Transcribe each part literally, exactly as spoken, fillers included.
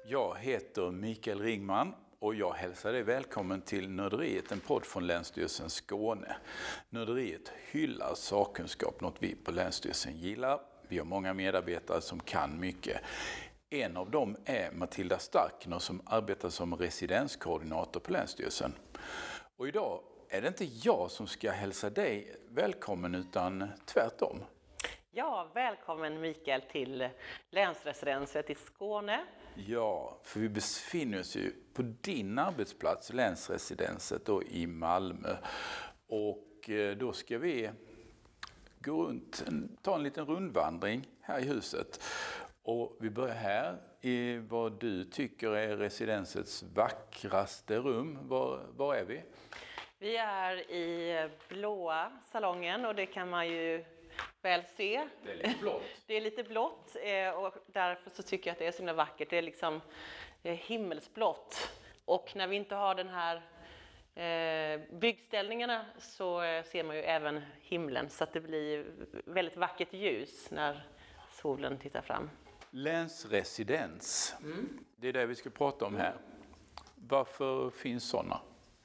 Jag heter Mikael Ringman och jag hälsar dig välkommen till Nörderiet, en podd från Länsstyrelsen Skåne. Nörderiet hyllar sakkunskap, något vi på Länsstyrelsen gillar. Vi har många medarbetare som kan mycket. En av dem är Matilda Starkner som arbetar som residenskoordinator på Länsstyrelsen. Och idag är det inte jag som ska hälsa dig välkommen utan tvärtom. Ja, välkommen Mikael till Länsresidenset i Skåne. Ja, för vi befinner oss ju på din arbetsplats, Länsresidenset då i Malmö. Och då ska vi gå runt, ta en liten rundvandring här i huset. Och vi börjar här i vad du tycker är residensets vackraste rum. Var, var är vi? Vi är i blåa salongen och det kan man ju väl se. Det är lite blått. Det är lite blått och därför så tycker jag att det är så himla vackert. Det är liksom det är himmelsblått. Och när vi inte har den här eh, byggställningarna så ser man ju även himlen. Så att det blir väldigt vackert ljus när solen tittar fram. Länsresidens, mm. det är det vi ska prata om här. Varför finns sådana?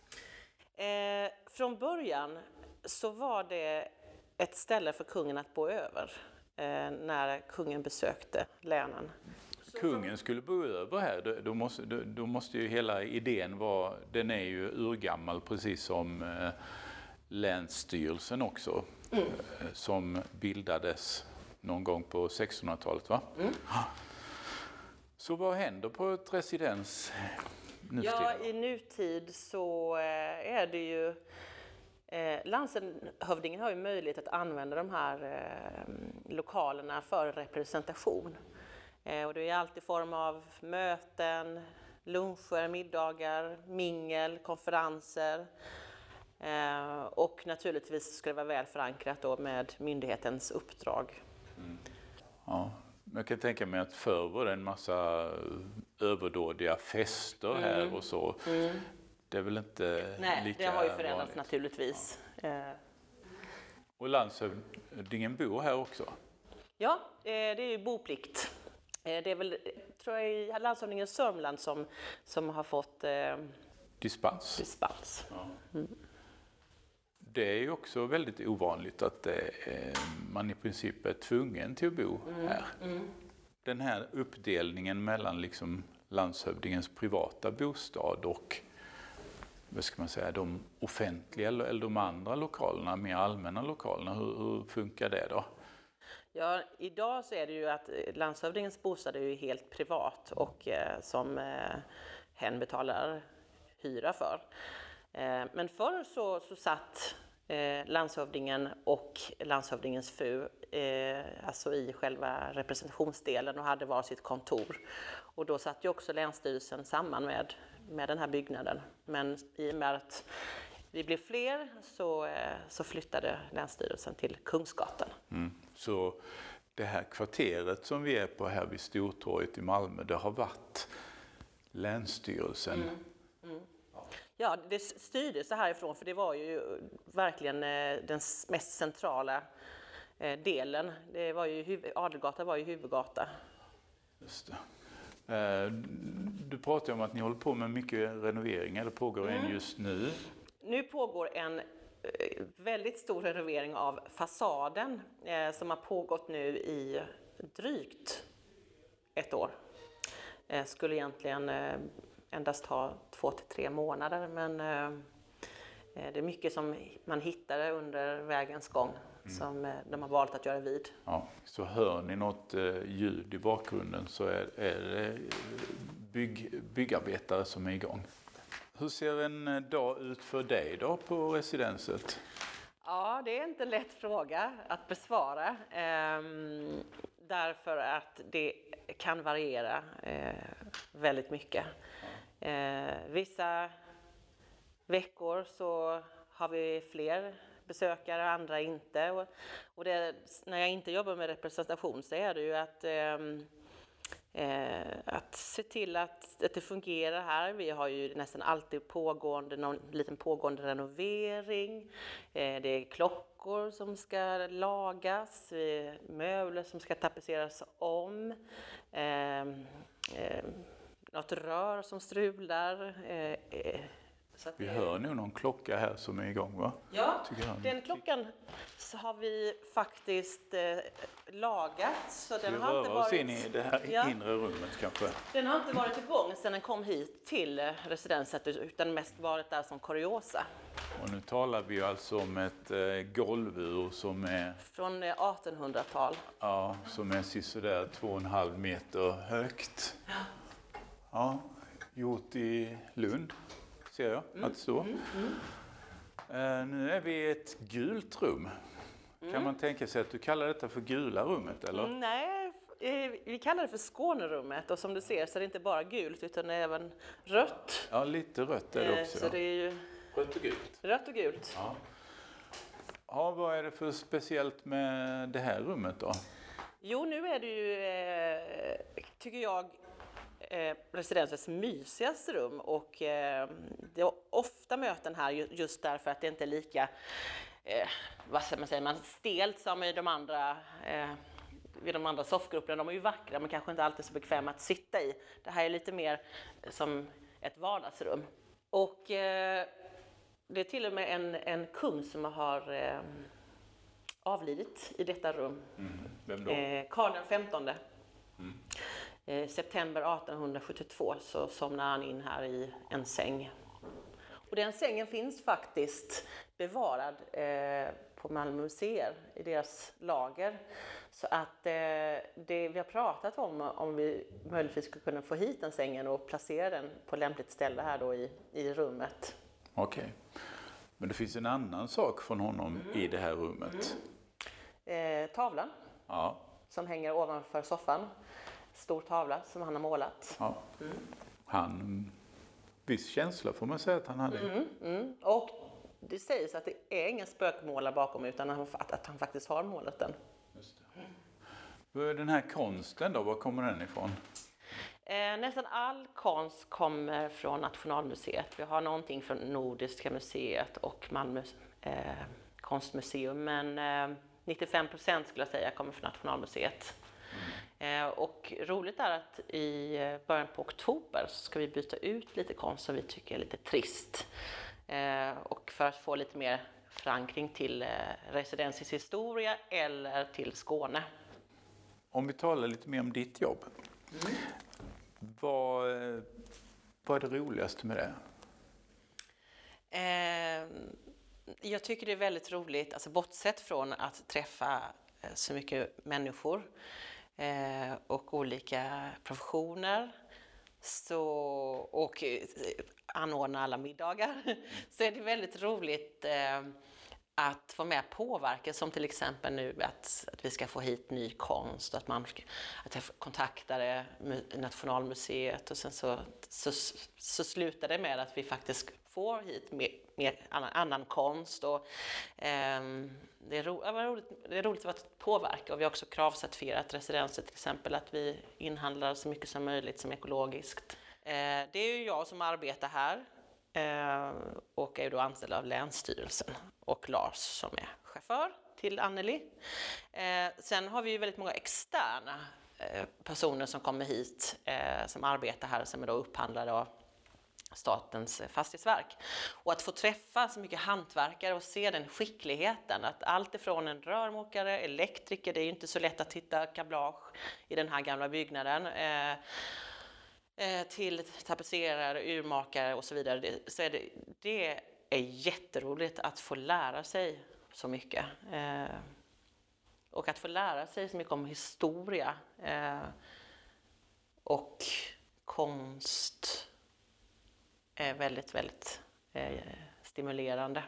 Eh, från början så var det ett ställe för kungen att bo över eh, när kungen besökte länen. Kungen skulle bo över här, då måste, då, då måste ju hela idén vara, den är ju urgammal precis som eh, Länsstyrelsen också, mm. eh, som bildades någon gång på sextonhundratalet, va? Mm. Så vad händer på ett residens nu? Ja, i nutid så eh, är det ju Eh, landshövdingen har ju möjlighet att använda de här eh, lokalerna för representation. Eh, och det är alltid i form av möten, luncher, middagar, mingel, konferenser. Eh, och naturligtvis ska det vara väl förankrat då med myndighetens uppdrag. Mm. Ja, jag kan tänka mig att förr var det en massa överdådiga fester mm. här och så. Mm. Det är väl inte Nej, lika det har ju förändrats vanligt. Naturligtvis. Ja. Och landshövdingen bor här också? Ja, det är ju boplikt. Det är väl, tror jag, landshövdingen i Sörmland som, som har fått eh, dispens. dispens. Ja. Mm. Det är ju också väldigt ovanligt att det är, man i princip är tvungen till att bo mm. här. Mm. Den här uppdelningen mellan liksom landshövdingens privata bostad och vad ska man säga, de offentliga eller de andra lokalerna, mer allmänna lokalerna, hur, hur funkar det då? Ja, idag så är det ju att landshövdingens bostad är ju helt privat och eh, som eh, hen betalar hyra för. Eh, men förr så, så satt eh, landshövdingen och landshövdingens fru eh, alltså i själva representationsdelen och hade var sitt kontor. Och då satt ju också Länsstyrelsen samman med med den här byggnaden. Men i och med att vi blev fler så, så flyttade Länsstyrelsen till Kungsgatan. Mm. Så det här kvarteret som vi är på här vid Stortorget i Malmö, det har varit Länsstyrelsen? Mm. Mm. Ja, det styrdes så härifrån för det var ju verkligen den mest centrala delen. Det var ju, Adelgatan var ju huvudgata. Just det. Du pratar om att ni håller på med mycket renoveringar, det pågår mm. en just nu. Nu pågår en väldigt stor renovering av fasaden eh, som har pågått nu i drygt ett år. Eh, skulle egentligen eh, endast ta två till tre månader, men eh, det är mycket som man hittar under vägens gång mm. som eh, de har valt att göra vid. Ja, så hör ni något eh, ljud i bakgrunden så är, är det bygg, byggarbetare som är igång. Hur ser en dag ut för dig då på residenset? Ja, det är inte en lätt fråga att besvara. Eh, därför att det kan variera eh, väldigt mycket. Eh, vissa veckor så har vi fler besökare, andra inte. Och, och det, när jag inte jobbar med representation så är det ju att eh, Eh, att se till att, att det fungerar här. Vi har ju nästan alltid pågående, någon liten pågående renovering. Eh, det är klockor som ska lagas, eh, möbler som ska tapetseras om. Eh, eh, något rör som strular. Eh, eh, så att Vi det... hör nu någon klocka här som är igång, va? Ja, den klockan så har vi faktiskt eh, lagat. Så den vi har rör inte oss varit... in i det här ja. inre rummet kanske. Den har inte varit igång sedan den kom hit till eh, residenset, utan mest varit där som kuriosa. Och nu talar vi alltså om ett eh, golvur som är, Från eh, artonhundratal. ja, som är sisådär två och en halv meter högt. Ja, gjort i Lund, ser jag mm. att det står. Mm. Mm. Uh, nu är vi i ett gult rum. Mm. Kan man tänka sig att du kallar detta för gula rummet, eller? Mm, nej, vi kallar det för Skånerummet, och som du ser så är det inte bara gult utan även rött. Ja, lite rött är det också. Så det är ju rött och gult. Rött och gult. Ja. Ja, vad är det för speciellt med det här rummet då? Jo, nu är det ju, eh, tycker jag, eh, residensens mysigaste rum, och eh, det är ofta möten här just därför att det inte är lika eh, vad ska man säga, man stelt som i de andra eh, vid de andra soffgrupperna. De är ju vackra men kanske inte alltid så bekväma att sitta i. Det här är lite mer som ett vardagsrum. Och eh, det är till och med en, en kung som har eh, avlidit i detta rum. Mm. Vem då? Eh, Karl den femtonde. Mm. Eh, september artonhundrasjuttiotvå så somnade han in här i en säng. Och den sängen finns faktiskt bevarad eh, på Malmö museer i deras lager. Så att eh, det vi har pratat om, om vi möjligtvis skulle kunna få hit den sängen och placera den på lämpligt ställe här då i, i rummet. Okej. Okay. Men det finns en annan sak från honom mm. i det här rummet. Mm. Eh, tavlan. Ja. Som hänger ovanför soffan. Stor tavla som han har målat. Ja. Mm. Han, viss känsla får man säga att han hade. Mm. Mm. Och det sägs att det är ingen spökmålare bakom utan att han faktiskt har målat den. Just det. Mm. Den här konsten då, var kommer den ifrån? Eh, nästan all konst kommer från Nationalmuseet. Vi har någonting från Nordiska museet och Malmö eh, konstmuseum. Men eh, nittiofem procent skulle jag säga kommer från Nationalmuseet. Mm. Eh, och roligt är att i början på oktober så ska vi byta ut lite konst som vi tycker är lite trist. Eh, och för att få lite mer förankring till eh, residensens historia eller till Skåne. Om vi talar lite mer om ditt jobb. Mm. Vad, vad är det roligaste med det? Eh, jag tycker det är väldigt roligt, alltså bortsett från att träffa så mycket människor eh, och olika professioner så, och eh, anordna alla middagar, så är det väldigt roligt eh, att få med påverka, som till exempel nu att, att vi ska få hit ny konst, att man att jag kontaktade Nationalmuseet och sen så, så, så slutar det med att vi faktiskt får hit mer, mer annan, annan konst. Och, eh, det, är ro, det, är roligt, det är roligt att påverka, och vi har också kravcertifierat residenset till exempel att vi inhandlar så mycket som möjligt som ekologiskt. Eh, det är ju jag som arbetar här. Eh, och är ju då anställd av Länsstyrelsen, och Lars som är chaufför till Anneli. Eh, sen har vi ju väldigt många externa eh, personer som kommer hit eh, som arbetar här, som är då upphandlade av Statens fastighetsverk. Och att få träffa så mycket hantverkare och se den skickligheten, att allt ifrån en rörmokare, elektriker, det är ju inte så lätt att hitta kablage i den här gamla byggnaden, eh, till tapetserare, urmakare och så vidare. Så är det, det är jätteroligt att få lära sig så mycket. Eh, och att få lära sig så mycket om historia eh, och konst är väldigt, väldigt eh, stimulerande.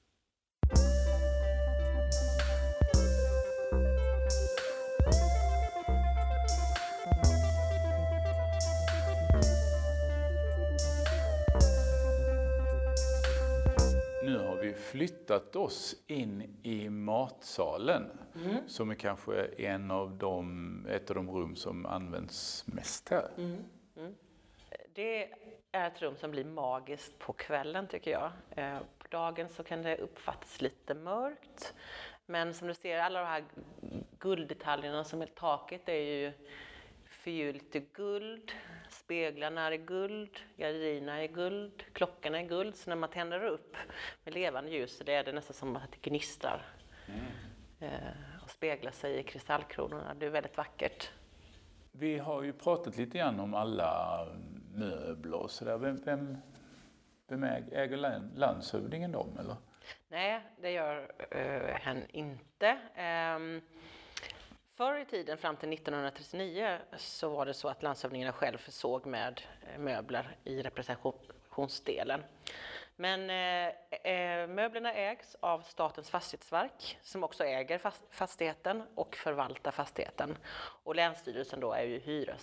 Flyttat oss in i matsalen mm. som är kanske en av de, ett av de rum som används mest här. Mm. Mm. Det är ett rum som blir magiskt på kvällen tycker jag. Eh, på dagen så kan det uppfattas lite mörkt. Men som du ser, alla de här gulddetaljerna som är taket är ju förgyllt i guld. speglarna är i guld, gardinerna är i guld, klockorna är i guld. Så när man tänder upp med levande ljus så det är det nästan som att det gnistrar. Mm. Eh, och speglar sig i kristallkronorna. Det är väldigt vackert. Vi har ju pratat lite grann om alla möbler och sådär. Vem, vem, vem äger landshövdingen dem eller? Nej, det gör uh, han inte. Um, förr i tiden fram till nittonhundratrettionio så var det så att landshövdingarna själv försåg med uh, möbler i representationsdelen. Men uh, uh, möblerna ägs av Statens fastighetsverk som också äger fast- fastigheten och förvaltar fastigheten. Och Länsstyrelsen då är ju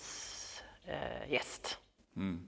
hyresgäst. Uh, mm.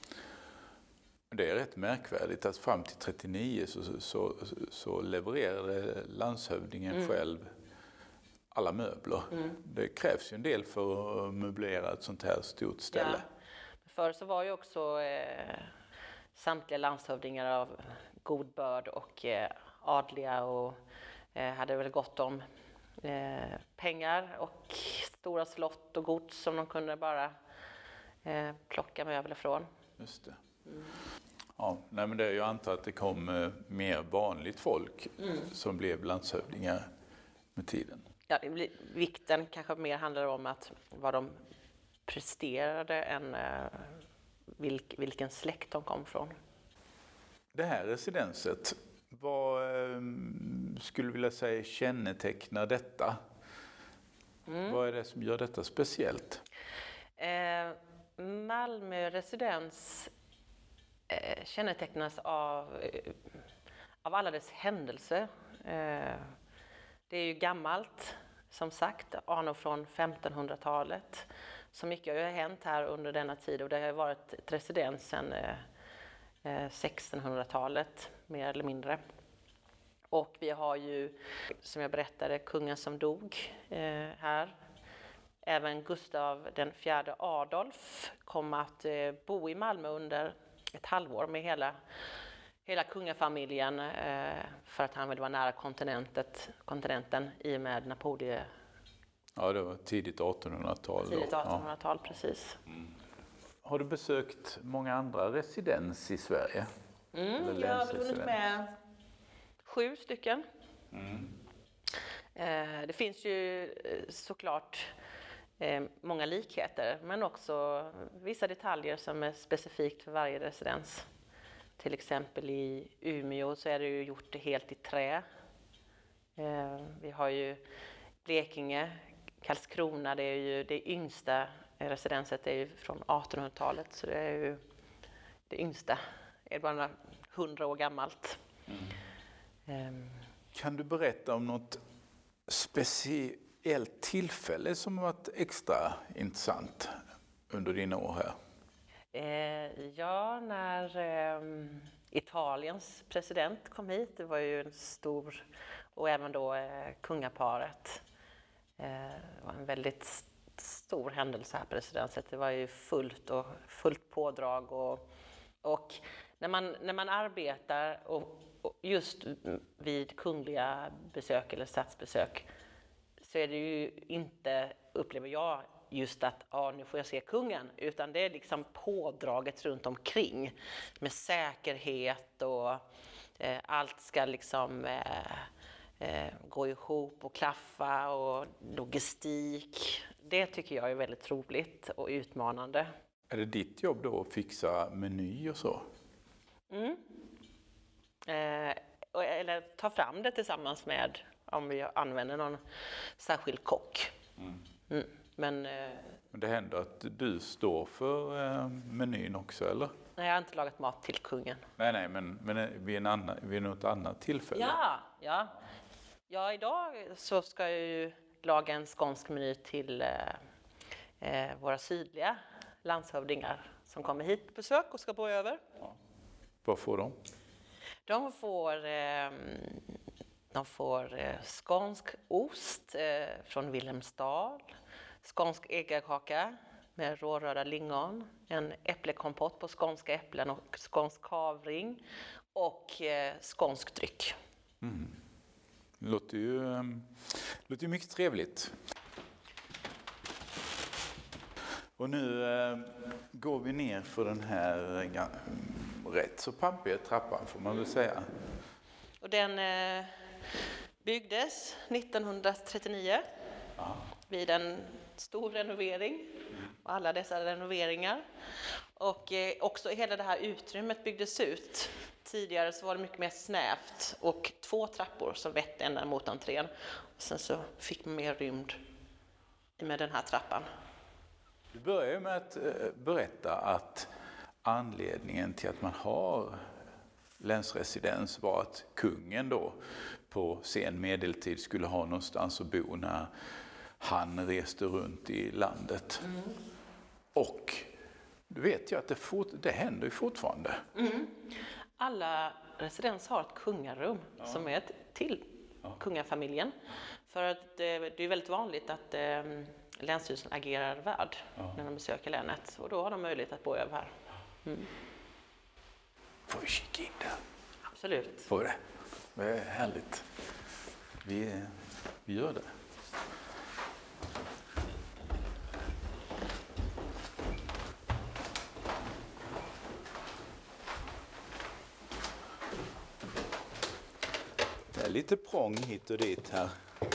Det är rätt märkvärdigt att fram till trettionio så, så, så levererade landshövdingen mm. själv alla möbler. Mm. Det krävs ju en del för att möblera ett sånt här stort ställe. Ja. Förr så var ju också eh, samtliga landshövdingar av god börd och eh, adliga och eh, hade väl gott om eh, pengar och stora slott och gods som de kunde bara eh, plocka möbler från. Just det. Mm. Ja, nej men det är ju antar att det kom eh, mer vanligt folk mm. som blev landshövdingar med tiden. Ja, det blir, vikten kanske mer handlar om att vad de presterade än eh, vilk, vilken släkt de kom från. Det här residenset, vad eh, skulle du vilja säga kännetecknar detta? Mm. Vad är det som gör detta speciellt? Eh, Malmö residens eh, kännetecknas av, eh, av alla dess händelser. Eh, det är ju gammalt, som sagt, anno från femtonhundratalet. Så mycket har ju hänt här under denna tid och det har varit ett residens sedan eh, sextonhundratalet, mer eller mindre. Och vi har ju, som jag berättade, kungen som dog eh, här. Även Gustav den fjärde Adolf kom att eh, bo i Malmö under ett halvår med hela, hela kungafamiljen eh, för att han ville vara nära kontinentet, kontinenten i och med Napoleon. Ja, det var tidigt artonhundratal. Tidigt artonhundratal, ja. Precis. Mm. Har du besökt många andra residens i Sverige? Mm, jag har väl hunnit med sju stycken. Mm. Eh, det finns ju såklart eh, många likheter men också vissa detaljer som är specifikt för varje residens. Till exempel i Umeå så är det ju gjort helt i trä. Eh, vi har ju Blekinge, Karlskrona, det är ju det yngsta residenset, är ju från artonhundratalet så det är ju det yngsta, är bara hundra år gammalt. Mm. Um. Kan du berätta om något speciellt tillfälle som har varit extra intressant under dina år här? Eh, ja, när eh, Italiens president kom hit, det var ju en stor, och även då eh, kungaparet. Eh, det var en väldigt stor händelse här på residenset. Det var ju fullt och fullt pådrag och, och när man, när man arbetar och, och just vid kungliga besök eller statsbesök så är det ju inte, upplever jag, just att ja, nu får jag se kungen, utan det är liksom pådraget runt omkring med säkerhet och eh, allt ska liksom eh, eh, gå ihop och klaffa och logistik. Det tycker jag är väldigt roligt och utmanande. Är det ditt jobb då att fixa meny och så? Mm. Eh, eller ta fram det tillsammans med, om vi använder någon särskild kock. Mm. Mm. Men, eh, Men det händer att du står för eh, menyn också, eller? Nej, jag har inte lagat mat till kungen. Nej, nej, men, men vid, en annan, vid något annat tillfälle? Ja, ja. Ja, idag så ska jag ju laga en skånsk meny till eh, eh, våra sydliga landshövdingar som kommer hit på besök och ska bo över. Ja. Vad får de? De får, eh, de får eh, skånsk ost eh, från Wilhelmsdal, skånsk äggakaka med rårörda lingon, en äpplekompott på skånska äpplen och skånsk kavring och eh, skånsk dryck. Mm. Det låter ju, låter ju mycket trevligt. Och nu eh, går vi ner för den här eh, rätt så pampiga trappan får man väl säga. Och den eh, byggdes nittonhundratrettionio Ja. vid en stor renovering. Och alla dessa renoveringar. Och eh, också hela det här utrymmet byggdes ut. Tidigare så var det mycket mer snävt och två trappor som vette ända mot entrén. Och sen så fick man mer rymd med den här trappan. Du börjar med att eh, berätta att anledningen till att man har länsresidens var att kungen då på sen medeltid skulle ha någonstans att bo när han reste runt i landet. Mm. Och du vet ju att det, fort, det händer ju fortfarande. Mm. Alla residens har ett kungarum ja. som är till ja. kungafamiljen. För att det, det är väldigt vanligt att eh, länsstyrelsen agerar värd ja. när de besöker länet. Och då har de möjlighet att bo över här. Mm. Får vi kika in där? Absolut. Får det? Det är härligt. Vi, vi gör det. Det är lite prång hit och dit här.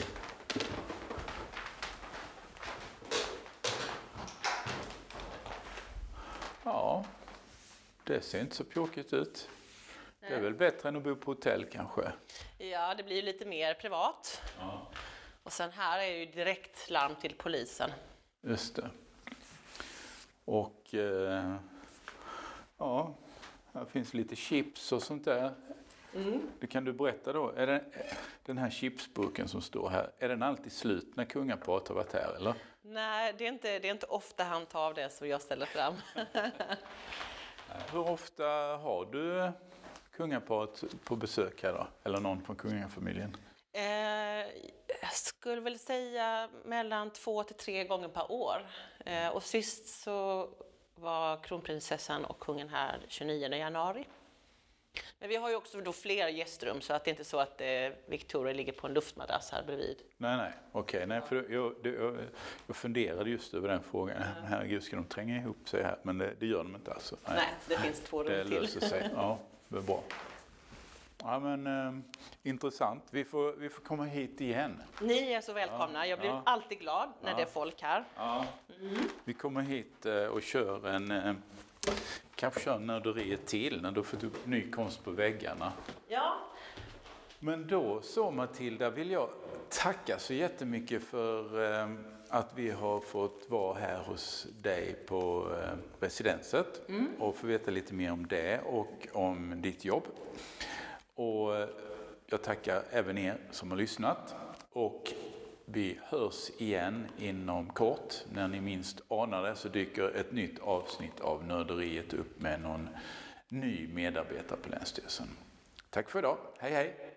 Ja, det ser inte så pjåkigt ut. Nej. Det är väl bättre än att bo på hotell kanske? Ja, det blir lite mer privat. Ja. Och sen här är ju direkt larm till polisen. Just det. Och eh, ja, här finns lite chips och sånt där. Mm. Det kan du berätta då. Är det, den här chipsburken som står här, är den alltid slut när kungaparet har varit här eller? Nej, det är inte, det är inte ofta han tar det som jag ställer fram. Hur ofta har du kungaparet på besök här då? Eller någon från kungafamiljen? Eh, jag skulle väl säga mellan två till tre gånger per år. Eh, och sist så var kronprinsessan och kungen här tjugonionde januari. Men vi har ju också då fler gästrum så att det är inte så att eh, Victoria ligger på en luftmadrass här bredvid. Nej, nej, okej. Nej, för jag, det, jag, jag funderade just över den frågan. Mm. Herregud, ska de tränga ihop sig här? Men det, det gör de inte alltså. Nej, nej det finns två rum det till. Det löser sig. Ja, det är bra. Ja, men eh, intressant. Vi får, vi får komma hit igen. Ni är så välkomna. Ja, jag blir ja. alltid glad när ja. det är folk här. Ja. Mm. Vi kommer hit eh, och kör en... Eh, kanske kör nörderiet till när du får upp ny konst på väggarna. Ja. Men då så Matilda vill jag tacka så jättemycket för eh, att vi har fått vara här hos dig på eh, residenset mm. och få veta lite mer om det och om ditt jobb. Och eh, jag tackar även er som har lyssnat och vi hörs igen inom kort. När ni minst anar det så dyker ett nytt avsnitt av Nörderiet upp med någon ny medarbetare på Länsstyrelsen. Tack för idag. Hej hej!